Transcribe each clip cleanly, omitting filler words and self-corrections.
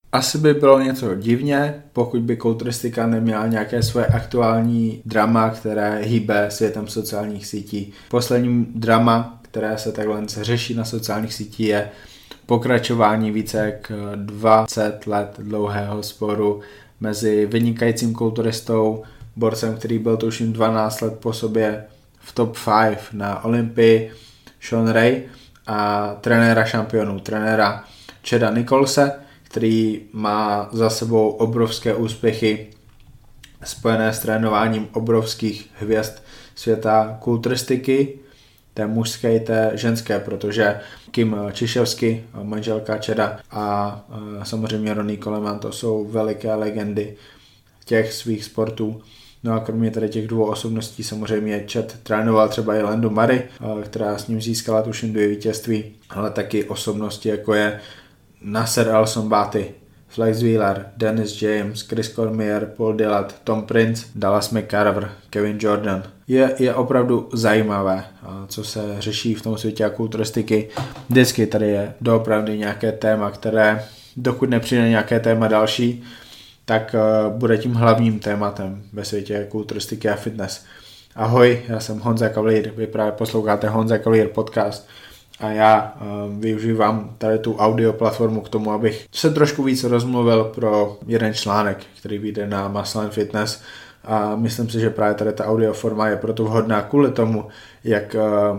Asi by bylo něco divně, pokud by kulturistika neměla nějaké svoje aktuální drama, které hýbe světem sociálních sítí. Poslední drama, které se takhle řeší na sociálních sítích, je pokračování více jak 20 let dlouhého sporu mezi vynikajícím kulturistou, borcem, který byl tuším 12 let po sobě v top 5 na Olympii, Sean Ray, a trenéra šampionů, trenéra Chada Nicholse, který má za sebou obrovské úspěchy spojené s trénováním obrovských hvězd světa kulturistiky, té mužské i té ženské, protože Kim Čiševsky, manželka Chada, a samozřejmě Ronnie Coleman, to jsou veliké legendy těch svých sportů. No a kromě tady těch dvou osobností samozřejmě Chad trénoval třeba i Landu Murray, která s ním získala tuším 2 vítězství, ale taky osobnosti jako je Nasser Al-Sonbati, Flex Wheeler, Dennis James, Chris Cormier, Paul Dillard, Tom Prince, Dallas McCarver, Kevin Jordan. Je opravdu zajímavé, co se řeší v tom světě kulturistiky. Vždycky tady je doopravdy nějaké téma, které dokud nepřijde nějaké téma další, tak bude tím hlavním tématem ve světě kulturistiky a fitness. Ahoj, já jsem Honza Cavalier, vy právě posloucháte Honza Cavalier podcast a já využívám tady tu audio platformu k tomu, abych se trošku víc rozmluvil pro jeden článek, který vyjde na Muscle & Fitness, a myslím si, že právě tady ta audio forma je proto vhodná kvůli tomu, jak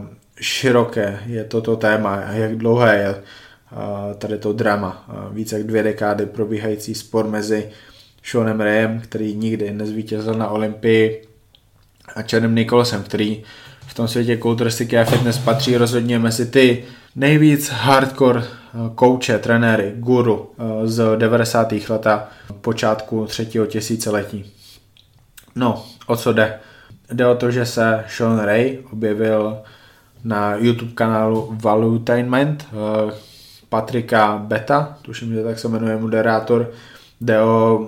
široké je toto téma a jak dlouhé je tady to drama. Více jak 2 dekády probíhající spor mezi Seanem Rayem, který nikdy nezvítězil na Olympii, a Chadem Nicholsem, který v tom světě kulturistiky a fitness patří rozhodně mezi ty nejvíc hardcore kouče, trenéry, guru z 90. let a počátku 3. tisíciletí. No, o co jde? Jde o to, že se Sean Ray objevil na YouTube kanálu Valuetainment Patrika Beta, tuším, že tak se jmenuje moderátor. Jde o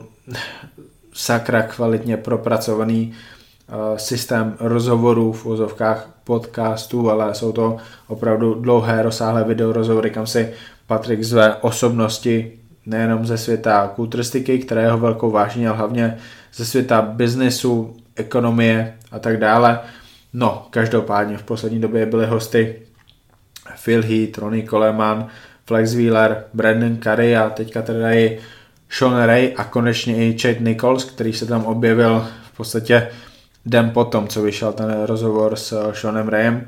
sakra kvalitně propracovaný systém rozhovorů v uvozovkách podcastů, ale jsou to opravdu dlouhé, rozsáhlé videorozhovory, kam si Patrik zve osobnosti nejenom ze světa kulturistiky, které je jeho velkou vážní, ale hlavně ze světa biznesu, ekonomie a tak dále. No, každopádně v poslední době byly hosty Phil Heath, Ronnie Coleman, Flex Wheeler, Brandon Curry a teďka teda i Sean Ray a konečně i Chad Nichols, který se tam objevil v podstatě den potom, co vyšel ten rozhovor s Seanem Rayem,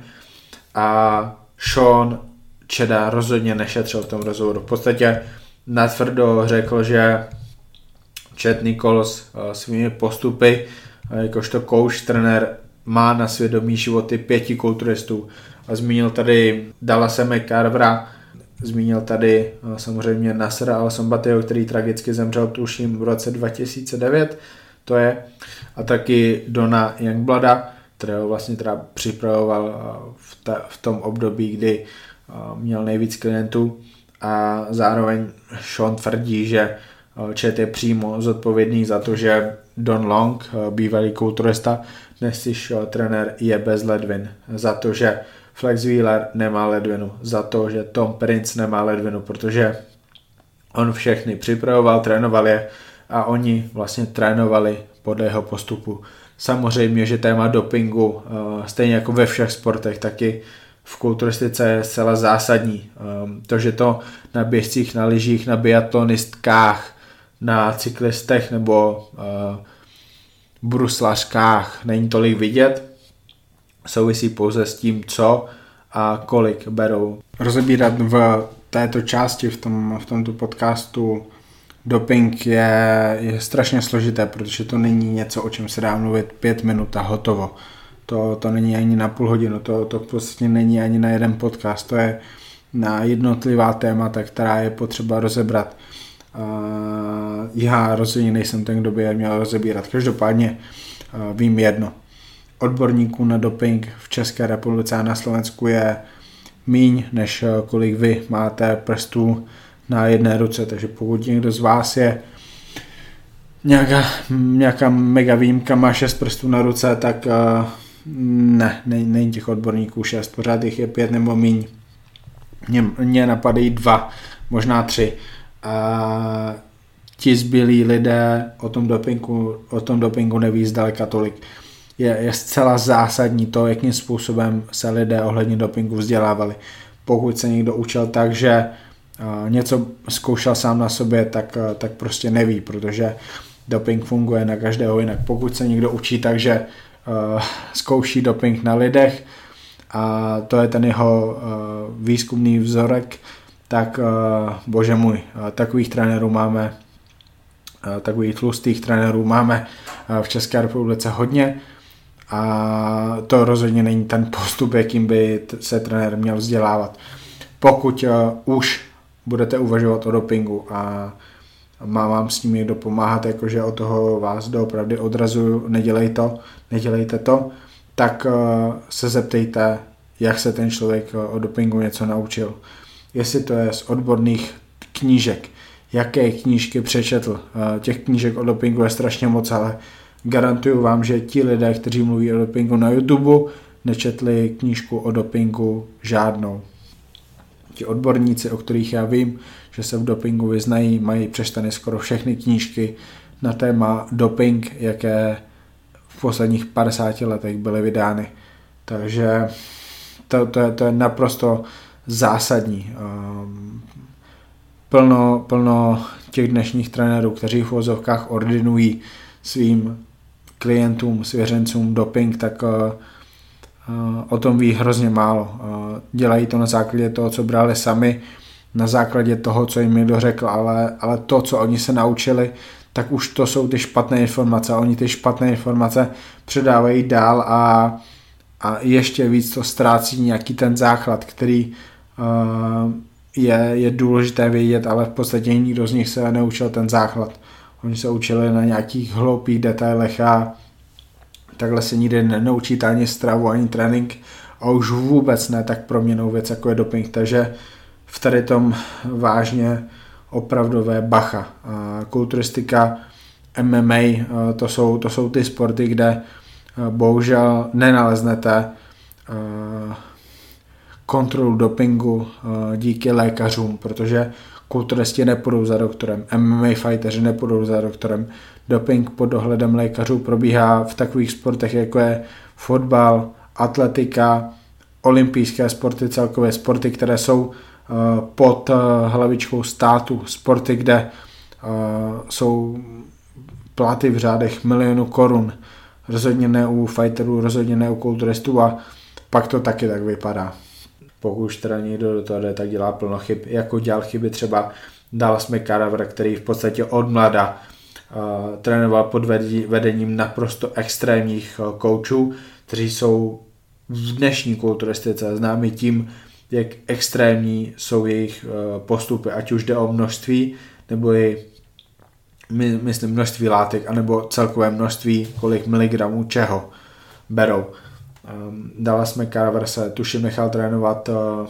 a Sean Chada rozhodně nešetřil v tom rozhovoru. V podstatě natvrdo řekl, že Chad Nichols svými postupy jakožto coach, trenér má na svědomí životy 5 kulturistů. A zmínil tady Dallase McCarvera, zmínil tady samozřejmě Nassera Al-Sonbatiho, který tragicky zemřel tuším v roce 2009, to je, a taky Dona Youngblooda, kterého vlastně teda připravoval v tom období, kdy měl nejvíc klientů, a zároveň Sean tvrdí, že Chad je přímo zodpovědný za to, že Don Long, bývalý kulturista, dnes již trenér, je bez ledvin, za to, že Flex Wheeler nemá ledvinu, za to, že Tom Prince nemá ledvinu, protože on všechny připravoval, trénoval je a oni vlastně trénovali podle jeho postupu. Samozřejmě, že téma dopingu, stejně jako ve všech sportech, taky v kulturistice je zcela zásadní. To, že to na běžcích, na lyžích, na biatlonistkách, na cyklistech nebo bruslařkách není tolik vidět, souvisí pouze s tím, co a kolik berou. Rozebírat v této části, v tomto podcastu doping je strašně složité, protože to není něco, o čem se dá mluvit 5 minut a hotovo. To není ani na půl hodinu, to prostě není ani na jeden podcast, to je na jednotlivá témata, která je potřeba rozebrat. Já rozhodně nejsem ten, kdo by je měl rozebírat. Každopádně vím jedno. Odborníků na doping v České republice a na Slovensku je míň, než kolik vy máte prstů na jedné ruce, takže pokud někdo z vás je nějaká mega výjimka, má 6 prstů na ruce, tak není těch odborníků 6, pořád jich je 5 nebo míň. Mě napadají 2, možná 3. ti zbylí lidé o tom dopingu neví zdaleka tolik. Je zcela zásadní to, jakým způsobem se lidé ohledně dopingu vzdělávali. Pokud se někdo učil tak, že něco zkoušel sám na sobě, tak prostě neví, protože doping funguje na každého jinak. Pokud se někdo učí tak, že zkouší doping na lidech a to je ten jeho výzkumný vzorek, tak bože můj, takových trenérů máme, takových tlustých trenérů máme v České republice hodně a to rozhodně není ten postup, jakým by se trenér měl vzdělávat. Pokud už budete uvažovat o dopingu a má vám s ním někdo pomáhat, jakože od toho vás doopravdy odrazuju, nedělejte to, tak se zeptejte, jak se ten člověk o dopingu něco naučil. Jestli to je z odborných knížek, jaké knížky přečetl. Těch knížek o dopingu je strašně moc, ale garantuju vám, že ti lidé, kteří mluví o dopingu na YouTube, nečetli knížku o dopingu žádnou. Ti odborníci, o kterých já vím, že se v dopingu vyznají, mají přečteny skoro všechny knížky na téma doping, jaké v posledních 50 letech byly vydány. Takže to je naprosto zásadní. Plno těch dnešních trenérů, kteří v uvozovkách ordinují svým klientům, svěřencům doping, tak o tom ví hrozně málo. Dělají to na základě toho, co brali sami, na základě toho, co jim někdo řekl, ale to, co oni se naučili, tak už to jsou ty špatné informace. Oni ty špatné informace předávají dál a ještě víc to ztrácí nějaký ten základ, který je důležité vědět, ale v podstatě nikdo z nich se neučil ten základ. Oni se učili na nějakých hloupých detailech a takhle se nikdy nenaučíte ani stravu, ani trénink a už vůbec ne tak proměnou věc, jako je doping. Takže v tady tom vážně opravdové bacha. Kulturistika, MMA, to jsou ty sporty, kde bohužel nenaleznete kontrolu dopingu díky lékařům, protože kulturisti nepůjdou za doktorem, MMA fighteři nepůjdou za doktorem. Doping pod dohledem lékařů probíhá v takových sportech, jako je fotbal, atletika, olympijské sporty, celkově sporty, které jsou pod hlavičkou státu, sporty, kde jsou platy v řádech milionů korun. Rozhodně ne u fighterů, rozhodně ne u kulturistů a pak to taky tak vypadá. Pokud už teda někdo do toho jde, tak dělá plno chyb. Jako dělal chyby třeba Dallas McCarver, který v podstatě od mlada trénoval pod vedením naprosto extrémních koučů, kteří jsou v dnešní kulturistice známi tím, jak extrémní jsou jejich postupy, ať už jde o množství, nebo myslím množství látek, anebo celkové množství, kolik miligramů čeho berou. Dallas McCarver se tuším nechal trénovat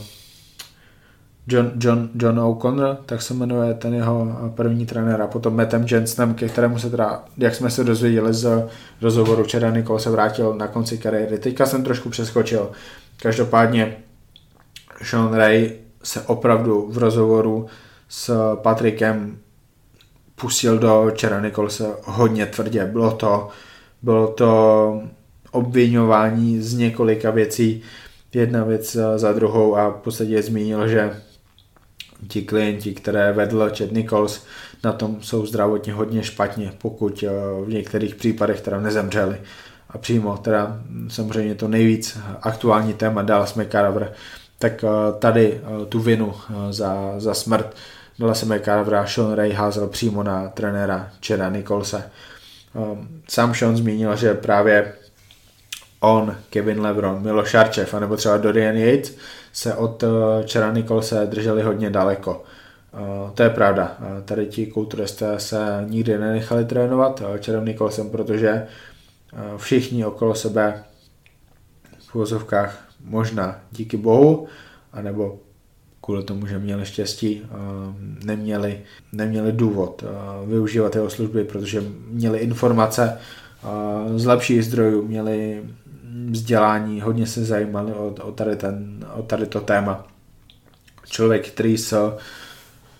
John O'Connor, tak se jmenuje ten jeho první trenér, a potom Mattem Jensenem, ke kterému se teda, jak jsme se dozvěděli z rozhovoru včera, Nicole se vrátil na konci kariéry. Teďka jsem trošku přeskočil. Každopádně Sean Ray se opravdu v rozhovoru s Patrickem pustil do Chera Nicholse hodně tvrdě. Bylo to obviňování z několika věcí, jedna věc za druhou, a v podstatě zmínil, že ti klienti, které vedl Chad Nichols, na tom jsou zdravotně hodně špatně, pokud v některých případech teda nezemřeli. A přímo teda samozřejmě to nejvíc aktuální téma Dallas McCarver, tak tady tu vinu za smrt Dallas McCarvera Sean Ray házel přímo na trenéra Chada Nicholse. Sám Sean zmínil, že právě on, Kevin Lebron, Miloš Arčev a nebo třeba Dorian Yates se od Chada Nicholse drželi hodně daleko. To je pravda. Tady ti kulturisté se nikdy nenechali trénovat Chadem Nicholsem, protože všichni okolo sebe v uvozovkách možná díky bohu, anebo kvůli tomu, že měli štěstí, neměli důvod využívat jeho služby, protože měli informace z lepších zdrojů, měli vzdělání, hodně se zajímali o tady to téma. Člověk, který s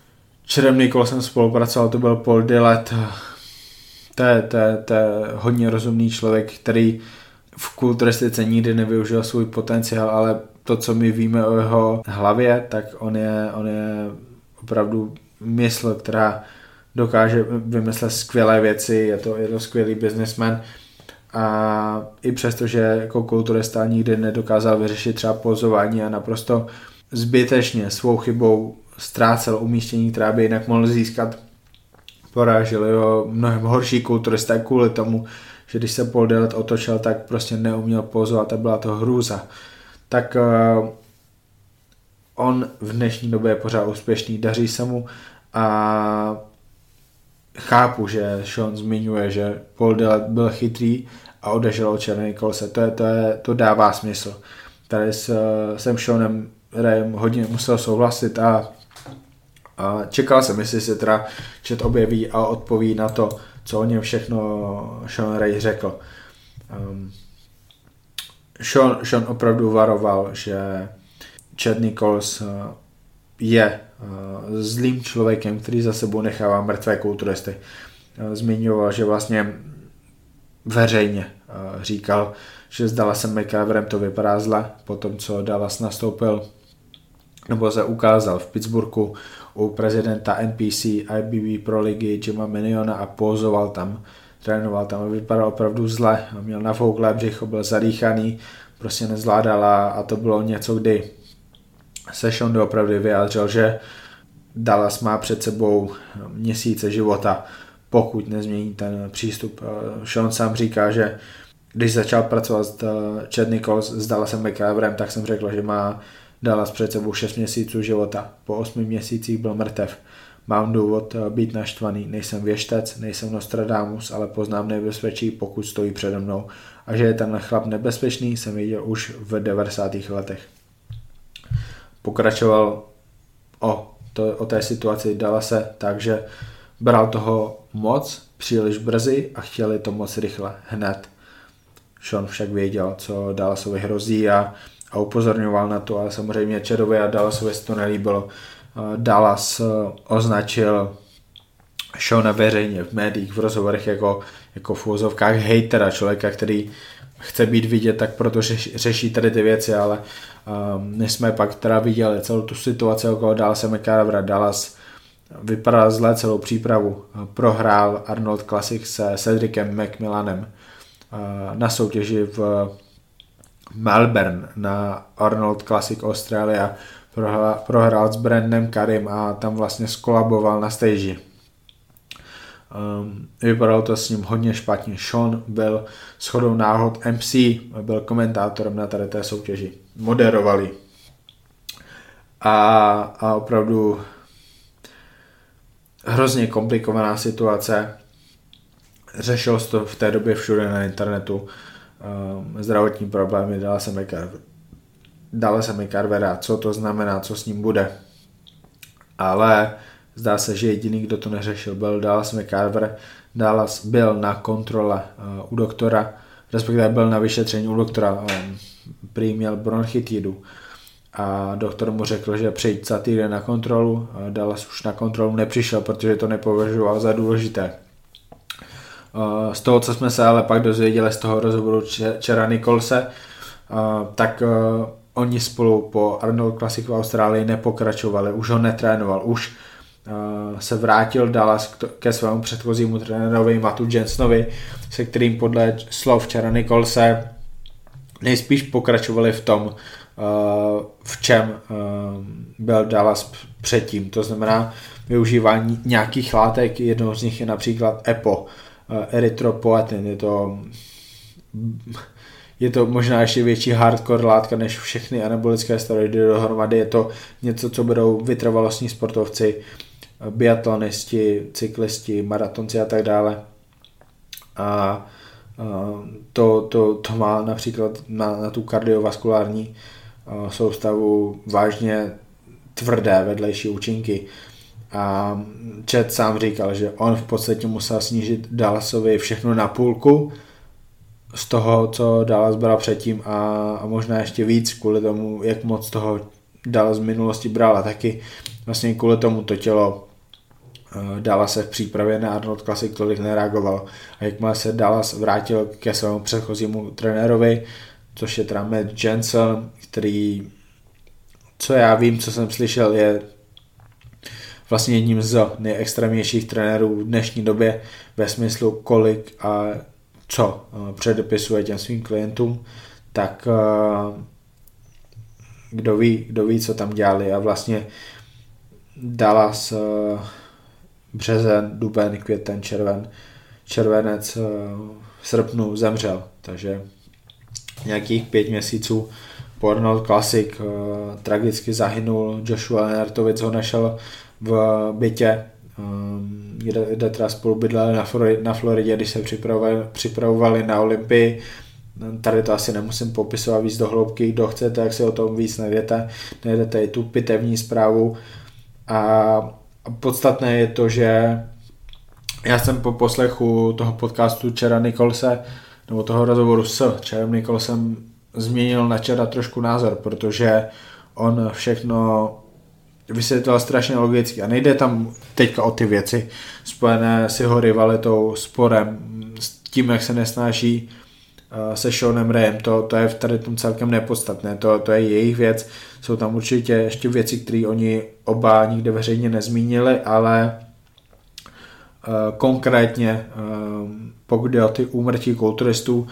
Chadem Nicholsem spolupracoval, to byl Paul Dillett. To je hodně rozumný člověk, který v kulturistice nikdy nevyužil svůj potenciál, ale to, co my víme o jeho hlavě, tak on je opravdu mysl, která dokáže vymyslet skvělé věci, je to skvělý businessman a i přesto, že jako kulturista nikdy nedokázal vyřešit třeba pozování a naprosto zbytečně svou chybou ztrácel umístění, která by jinak mohl získat, porážil ho mnohem horší kulturista kvůli tomu, že když se Paul Dillett otočil, tak prostě neuměl pozovat a byla to hrůza. Tak on v dnešní době je pořád úspěšný, daří se mu a chápu, že Sean zmiňuje, že Paul Dillett byl chytrý a odešel od Chada Nicholse. To dává smysl. Tady jsem Seanem Rayem hodně musel souhlasit a čekal jsem, jestli se teda Chad objeví a odpoví na to, co o něm všechno Sean Ray řekl. Sean opravdu varoval, že Chad Nichols je zlým člověkem, který za sebou nechává mrtvé kulturisty. Zmiňoval, že vlastně veřejně říkal, že s Dallasem McCarverem to vypadá zle, potom co Dallas nastoupil nebo se ukázal v Pittsburghu u prezidenta NPC IBB Pro ligy Jima Miniona a pózoval tam, trénoval tam a vypadal opravdu zle. Měl nafouklé břicho, byl zadýchaný, prostě nezvládal a to bylo něco, kdy se Sean opravdu vyjádřil, že Dallas má před sebou měsíce života, pokud nezmění ten přístup. Sean sám říká, že když začal pracovat Chad Nichols s Dallasem McCarverem, tak jsem řekl, že má Dallas před sebou 6 měsíců života. Po 8 měsících byl mrtev. Mám důvod být naštvaný, nejsem věštec, nejsem Nostradamus, ale poznám nebezpečí, pokud stojí přede mnou. A že je tenhle chlap nebezpečný, jsem viděl už v 90. letech. Pokračoval o té situaci Dallase, takže bral toho moc příliš brzy a chtěli to moc rychle, hned. Sean však věděl, co Dallasovi hrozí a upozorňoval na to, ale samozřejmě Chadovi a Dallasovi se to nelíbilo. Dallas označil Seana veřejně v médiích, v rozhovorech jako v úvozovkách hejtera, člověka, který chce být vidět, tak proto řeší tady ty věci, ale my jsme pak teda viděli celou tu situaci okolo Dallase McCarvera. Dallas vypadal zle celou přípravu. Prohrál Arnold Classic se Cedricem McMillanem na soutěži v Melbourne na Arnold Classic Australia. Prohrál s Brandem Currym a tam vlastně skolaboval na stage. Vypadalo to s ním hodně špatně. Sean byl shodou náhod MC, byl komentátorem na tady té soutěži. Moderovali. A opravdu hrozně komplikovaná situace. Řešil se to v té době všude na internetu. Zdravotní problémy Dallase McCarvera, co to znamená, co s ním bude. Ale zdá se, že jediný, kdo to neřešil, byl Dallas McCarver. Dallas byl na kontrole u doktora, respektive byl na vyšetření u doktora. Prý měl bronchitidu a doktor mu řekl, že přijď za týden na kontrolu. Dallas už na kontrolu nepřišel, protože to nepovažoval za důležité. Z toho, co jsme se ale pak dozvěděli z toho rozhovoru Chada Nicholse, tak oni spolu po Arnold Classic v Austrálii nepokračovali, už ho netrénoval, už se vrátil Dallas ke svému předchozímu trenérovi Mattu Jensonovi, se kterým podle slov Chada Nicholse nejspíš pokračovali v tom, v čem byl Dallas předtím, to znamená využívání nějakých látek, jednou z nich je například EPO, erytropoetin, je to možná ještě větší hardcore látka než všechny anabolické steroidy dohromady, je to něco, co budou vytrvalostní sportovci, biatlonisti, cyklisti, maratonci a tak dále. A to má například na tu kardiovaskulární soustavu vážně tvrdé vedlejší účinky. A Chad sám říkal, že on v podstatě musel snížit Dallasovi všechno na půlku z toho, co Dallas bral předtím a možná ještě víc kvůli tomu, jak moc toho Dallas v minulosti bral a taky vlastně kvůli tomu to tělo Dallas se v přípravě na Arnold Classic tolik nereagoval. A jakmile se Dallas vrátil ke svému předchozímu trenérovi, což je teda Matt Jensen, který, co já vím, co jsem slyšel, je vlastně jedním z nejextrémnějších trenérů v dnešní době ve smyslu kolik a co předepisuje těm svým klientům, tak kdo ví, co tam dělali. A vlastně Dallas březen, duben, květen, červenec v srpnu zemřel, takže nějakých 5 měsíců po Arnold Classic tragicky zahynul. Joshua Lenartovic ho našel v bytě, kde teda spolu bydleli na Floridě, když se připravovali na Olympii. Tady to asi nemusím popisovat víc do hloubky, kdo chcete, jak si o tom víc najdete i tu pitevní zprávu. A podstatné je to, že já jsem po poslechu toho podcastu Chada Nicholse, nebo toho rozhovoru s Chadem Nicholsem, změnil na Chada trošku názor, protože on všechno vysvětlil strašně logicky a nejde tam teďka o ty věci spojené s jeho rivalitou, sporem, s tím, jak se nesnáší se Seanem Rayem, to je v tady tom celkem nepodstatné, to je jejich věc, jsou tam určitě ještě věci, které oni oba nikde veřejně nezmínili, ale konkrétně pokud jde o ty úmrtí kulturistů,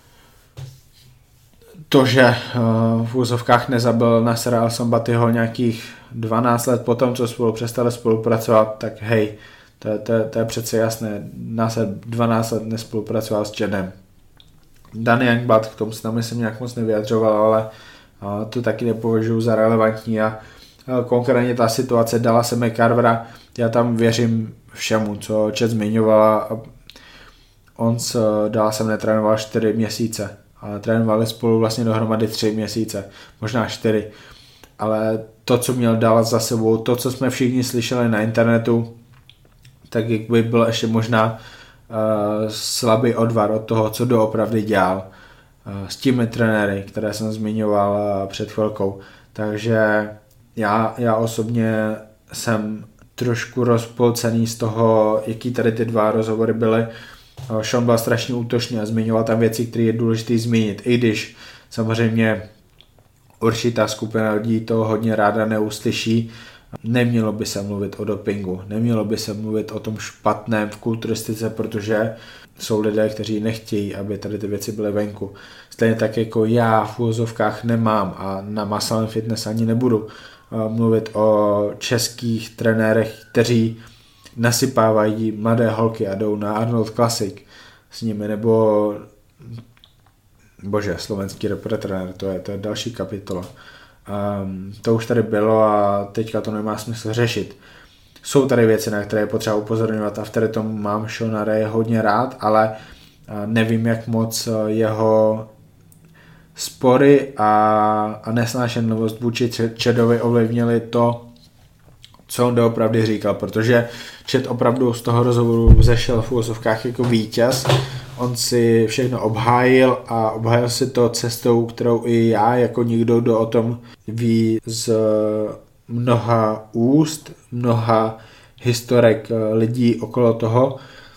to, že v úzovkách nezabil Nasera Al-Sombatyho nějakých 12 let potom, co spolu přestali spolupracovat, tak hej, to je přece jasné, Nasser 12 let nespolupracoval s Chadem. Danny Youngblood, k tomu se tam myslím nějak moc nevyjadřoval, ale to taky nepovažuji za relevantní a konkrétně ta situace Dallase McCarvera, já tam věřím všemu, co Chad zmiňovala. On s Dallasem netrénoval 4 měsíce, ale trénovali spolu vlastně dohromady 3 měsíce, možná 4. Ale to, co měl Dallas za sebou, to, co jsme všichni slyšeli na internetu, tak by bylo ještě možná slabý odvar od toho, co doopravdy dělal s těmi trenéry, které jsem zmiňoval před chvilkou. Takže já osobně jsem trošku rozpolcený z toho, jaký tady ty 2 rozhovory byly. Sean byl strašně útočný a zmiňoval tam věci, které je důležité zmínit, i když samozřejmě určitá skupina lidí to hodně ráda neuslyší. Nemělo by se mluvit o dopingu, nemělo by se mluvit o tom špatném v kulturistice, protože jsou lidé, kteří nechtějí, aby tady ty věci byly venku. Stejně tak jako já v úvozovkách nemám a na Muscle & Fitness ani nebudu mluvit o českých trenérech, kteří nasypávají mladé holky a jdou na Arnold Classic s nimi, nebo slovenský reprezentrér, to je další kapitola. To už tady bylo a teďka to nemá smysl řešit. Jsou tady věci, na které je potřeba upozorňovat a v tady tom mám Seana Raye hodně rád, ale nevím, jak moc jeho spory a nesnášenlivost vůči Chadovi ovlivnili to, co on doopravdy říkal, protože Chad opravdu z toho rozhovoru vzešel v úvozovkách jako vítěz. On si všechno obhájil a obhájil si to cestou, kterou i já, jako někdo, kdo o tom ví z mnoha úst, mnoha historek lidí okolo toho.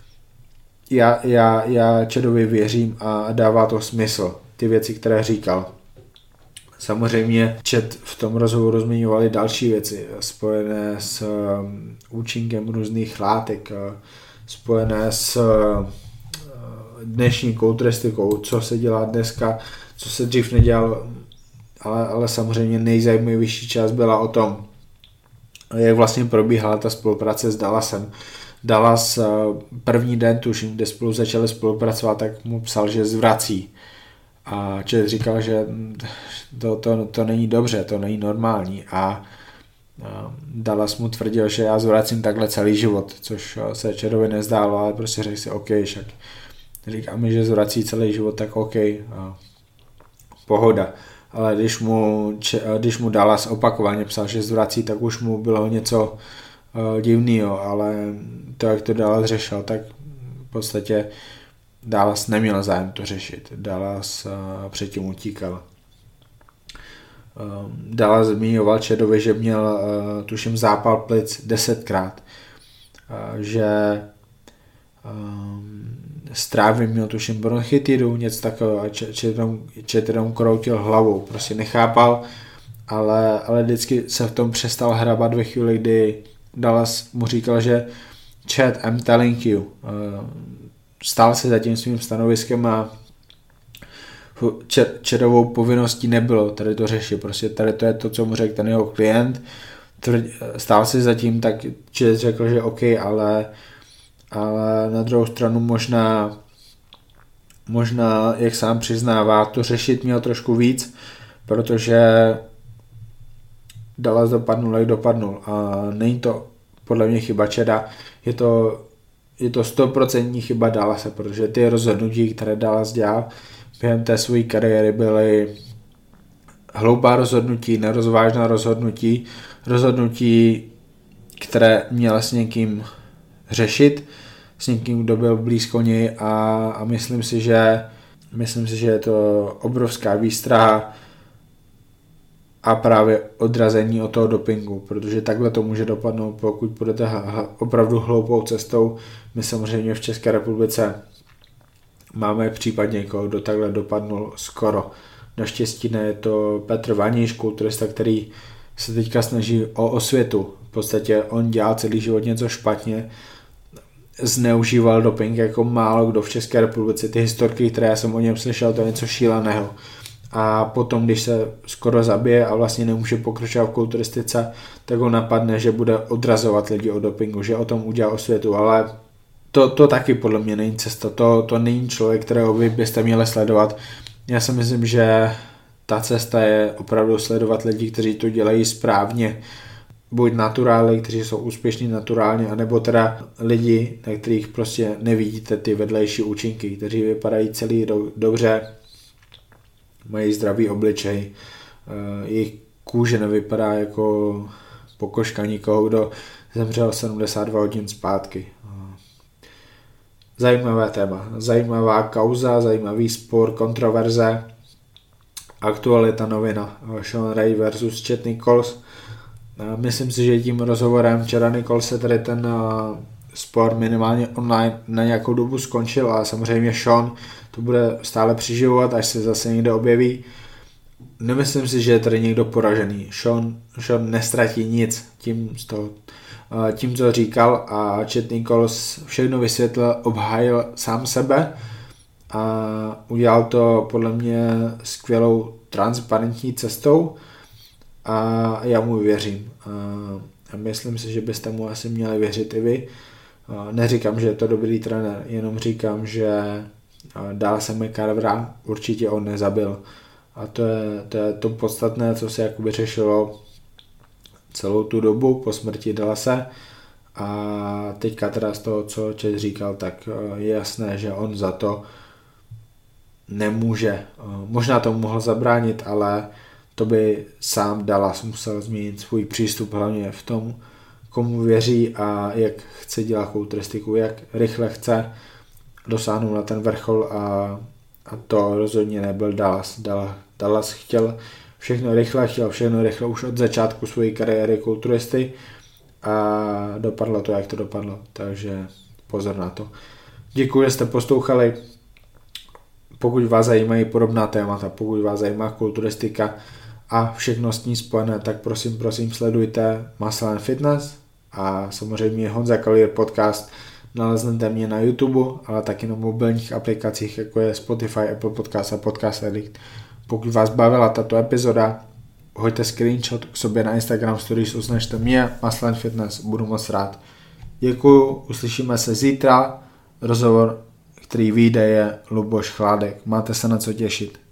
Já Chadovi věřím a dává to smysl, ty věci, které říkal. Samozřejmě Chad v tom rozhovoru zmiňovali další věci spojené s účinkem různých látek, spojené s dnešní kulturistikou, co se dělá dneska, co se dřív nedělal, ale samozřejmě nejzajímavější část byla o tom, jak vlastně probíhala ta spolupráce s Dallasem. Dallas první den, tuším, kde spolu začali spolupracovat, tak mu psal, že zvrací. A Chad říkal, že to není dobře, to není normální a Dallas mu tvrdil, že já zvracím takhle celý život, což se Chadovi nezdálo, ale prostě řekl si OK, však říká mi, že zvrací celý život, tak OK, pohoda. Ale když mu Dallas opakovaně psal, že zvrací, tak už mu bylo něco divného, ale to, jak to Dallas řešil, tak v podstatě Dallas neměl zájem to řešit. Dallas předtím utíkal. Dallas zmiňoval Chadovi, že měl tuším zápal plic 10krát. že strávy měl tuším bronchitidu, něco takového, četrem kroutil hlavou, prostě nechápal, ale vždycky se v tom přestal hrabat ve chvíli, kdy Dallas mu říkal, že Chad, I'm telling you, stál se za tím svým stanoviskem a Chadovou povinností nebylo tady to řešit, prostě tady to je to, co mu řekl ten jeho klient, stál se za tím, tak Chad řekl, že OK, ale na druhou stranu možná, jak sám přiznává, to řešit měl trošku víc, protože Dallas dopadnul, jak dopadnul a není to podle mě chyba Chada, je to 100% chyba Dallase, protože ty rozhodnutí, které Dallas dělal během té své kariéry, byly hloupá rozhodnutí, nerozvážná rozhodnutí, které měl s někým řešit, s někým, kdo byl blízko něj a myslím si, že je to obrovská výstraha a právě odrazení od toho dopingu, protože takhle to může dopadnout, pokud budete opravdu hloupou cestou. My samozřejmě v České republice máme případ někoho, kdo takhle dopadnul skoro. Naštěstí ne, je to Petr Vaníš, kulturista, který se teďka snaží o osvětu. V podstatě on dělal celý život něco špatně, zneužíval doping jako málo kdo v České republice. Ty historky, které já jsem o něm slyšel, to je něco šíleného. A potom, když se skoro zabije a vlastně nemůže pokračovat v kulturistice, tak ho napadne, že bude odrazovat lidi od dopingu, že o tom udělá osvětu, ale to taky podle mě není cesta, to není člověk, kterého vy byste měli sledovat. Já si myslím, že ta cesta je opravdu sledovat lidi, kteří to dělají správně, buď naturály, kteří jsou úspěšní naturálně, anebo teda lidi, na kterých prostě nevidíte ty vedlejší účinky, kteří vypadají celý dobře, mají zdravý obličej, jejich kůže nevypadá jako pokožka nikoho, kdo zemřel 72 hodin zpátky. Zajímavé téma, zajímavá kauza, zajímavý spor, kontroverze, aktualita novina, Sean Ray versus Chad Nichols. Myslím si, že tím rozhovorem Chada Nicholse tady ten spor minimálně online na nějakou dobu skončil a samozřejmě Sean to bude stále přiživovat, až se zase někde objeví. Nemyslím si, že je tady někdo poražený. Sean nestratí nic tím, co říkal a Chad Nichols všechno vysvětlil, obhájil sám sebe a udělal to podle mě skvělou transparentní cestou a já mu věřím. A myslím si, že byste mu asi měli věřit i vy. Neříkám, že je to dobrý trenér, jenom říkám, že Dallase McCarvera určitě on nezabil. A to je to podstatné, co se jakoby řešilo celou tu dobu po smrti Dallase. A teďka teda z toho, co Chad říkal, tak je jasné, že on za to nemůže. Možná tomu mohl zabránit, ale to by sám Dallas musel změnit svůj přístup hlavně v tom, komu věří a jak chce dělat kulturistiku, jak rychle chce dosáhnout na ten vrchol a to rozhodně nebyl Dallas. Dallas chtěl všechno rychle už od začátku své kariéry kulturisty a dopadlo to, jak to dopadlo, takže pozor na to. Děkuji, že jste poslouchali. Pokud vás zajímají podobná témata, pokud vás zajímá kulturistika a všechno s ní spojené, tak prosím sledujte Muscle & Fitness a samozřejmě Honza Kalír podcast naleznete mě na YouTube, ale taky na mobilních aplikacích, jako je Spotify, Apple Podcast a Podcast Addict. Pokud vás bavila tato epizoda, hoďte screenshot k sobě na Instagram Stories, označte mě Muscle & Fitness, budu moc rád. Děkuju, uslyšíme se zítra, rozhovor, který vyjde, je Luboš Chládek. Máte se na co těšit.